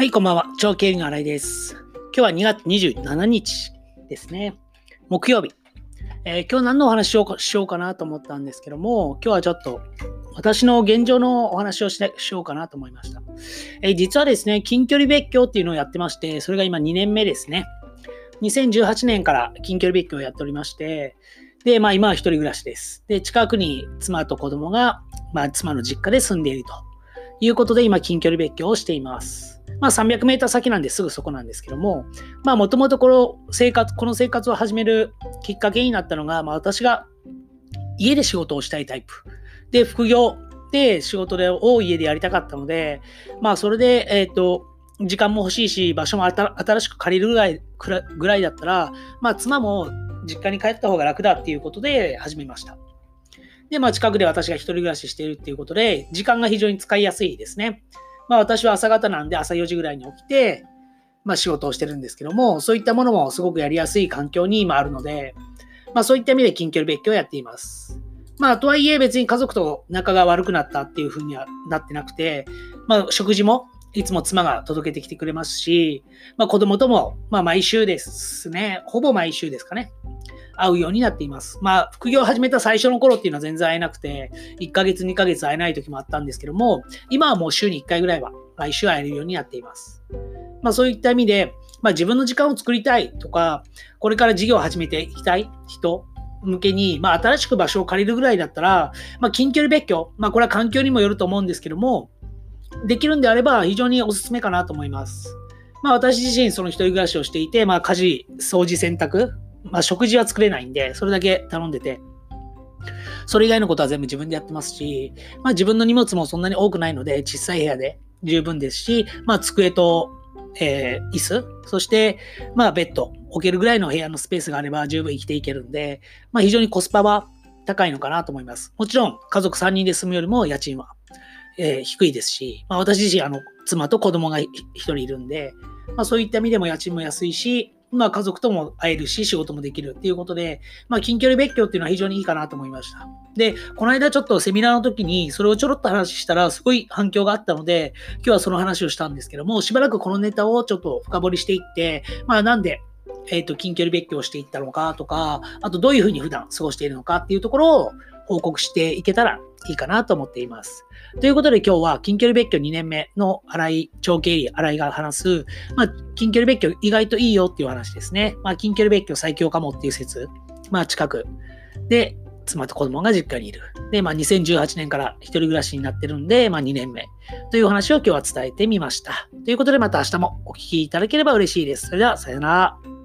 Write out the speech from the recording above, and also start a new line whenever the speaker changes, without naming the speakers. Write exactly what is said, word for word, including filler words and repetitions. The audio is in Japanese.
い、こんばんは。長経理の新井です。今日はにがつにじゅうしちにちですね。木曜日。えー今日何のお話をしようかしようかなと思ったんですけども、今日はちょっと私の現状のお話をししようかなと思いました。えー実はですね、近距離別居っていうのをやってまして、それが今にねんめですね。にせんじゅうはちねんから近距離別居をやっておりまして、で、まあ今は一人暮らしです。で、近くに妻と子供が、まあ妻の実家で住んでいるということで、今近距離別居をしています。まあさんびゃくメーター先なんですぐそこなんですけども、まあもともとこの生活、この生活を始めるきっかけになったのが、まあ私が家で仕事をしたいタイプ。で、副業で仕事でを家でやりたかったので、まあそれで、えっと、時間も欲しいし、場所も新しく借りるぐらい、ぐらいだったら、まあ妻も実家に帰った方が楽だっていうことで始めました。で、まあ近くで私が一人暮らししているっていうことで、時間が非常に使いやすいですね。まあ私は朝方なんで朝よじぐらいに起きて、まあ仕事をしてるんですけども、そういったものもすごくやりやすい環境に今あるので、まあそういった意味で近距離別居をやっています。まあとはいえ別に家族と仲が悪くなったっていうふうにはなってなくて、まあ食事もいつも妻が届けてきてくれますし、まあ子供ともまあ毎週ですね、ほぼ毎週ですかね。会うようになっています。まあ、副業を始めた最初の頃っていうのは全然会えなくて、いっかげつ、にかげつ会えない時もあったんですけども、今はもう週にいっかいぐらいは毎週会えるようになっています。まあそういった意味で、まあ自分の時間を作りたいとか、これから事業を始めていきたい人向けに、まあ新しく場所を借りるぐらいだったら、まあ近距離別居、まあこれは環境にもよると思うんですけども、できるんであれば非常におすすめかなと思います。まあ私自身その一人暮らしをしていて、まあ家事、掃除、洗濯、まあ食事は作れないんで、それだけ頼んでて、それ以外のことは全部自分でやってますし、まあ自分の荷物もそんなに多くないので、小さい部屋で十分ですし、まあ机と、えー椅子、そしてまあベッド、置けるぐらいの部屋のスペースがあれば十分生きていけるんで、まあ非常にコスパは高いのかなと思います。もちろん家族さんにんで住むよりも家賃は、えー低いですし、まあ私自身あの妻と子供がひ一人いるんで、まあそういった意味でも家賃も安いし、まあ家族とも会えるし仕事もできるっていうことで、まあ近距離別居っていうのは非常にいいかなと思いました。で、この間ちょっとセミナーの時にそれをちょろっと話したらすごい反響があったので、今日はその話をしたんですけども、しばらくこのネタをちょっと深掘りしていって、まあなんで、えっと、近距離別居をしていったのかとか、あとどういうふうに普段過ごしているのかっていうところを報告していけたらいいかなと思っています。ということで今日は近距離別居にねんめの新井、長経理新井が話す、まあ、近距離別居意外といいよっていう話ですね。まあ、近距離別居最強かもっていう説。まあ、近くで妻と子供が実家にいる。で、まあ、にせんじゅうはちねんから一人暮らしになってるんで、まあ、にねんめという話を今日は伝えてみました。ということでまた明日もお聞きいただければ嬉しいです。それでは、さよなら。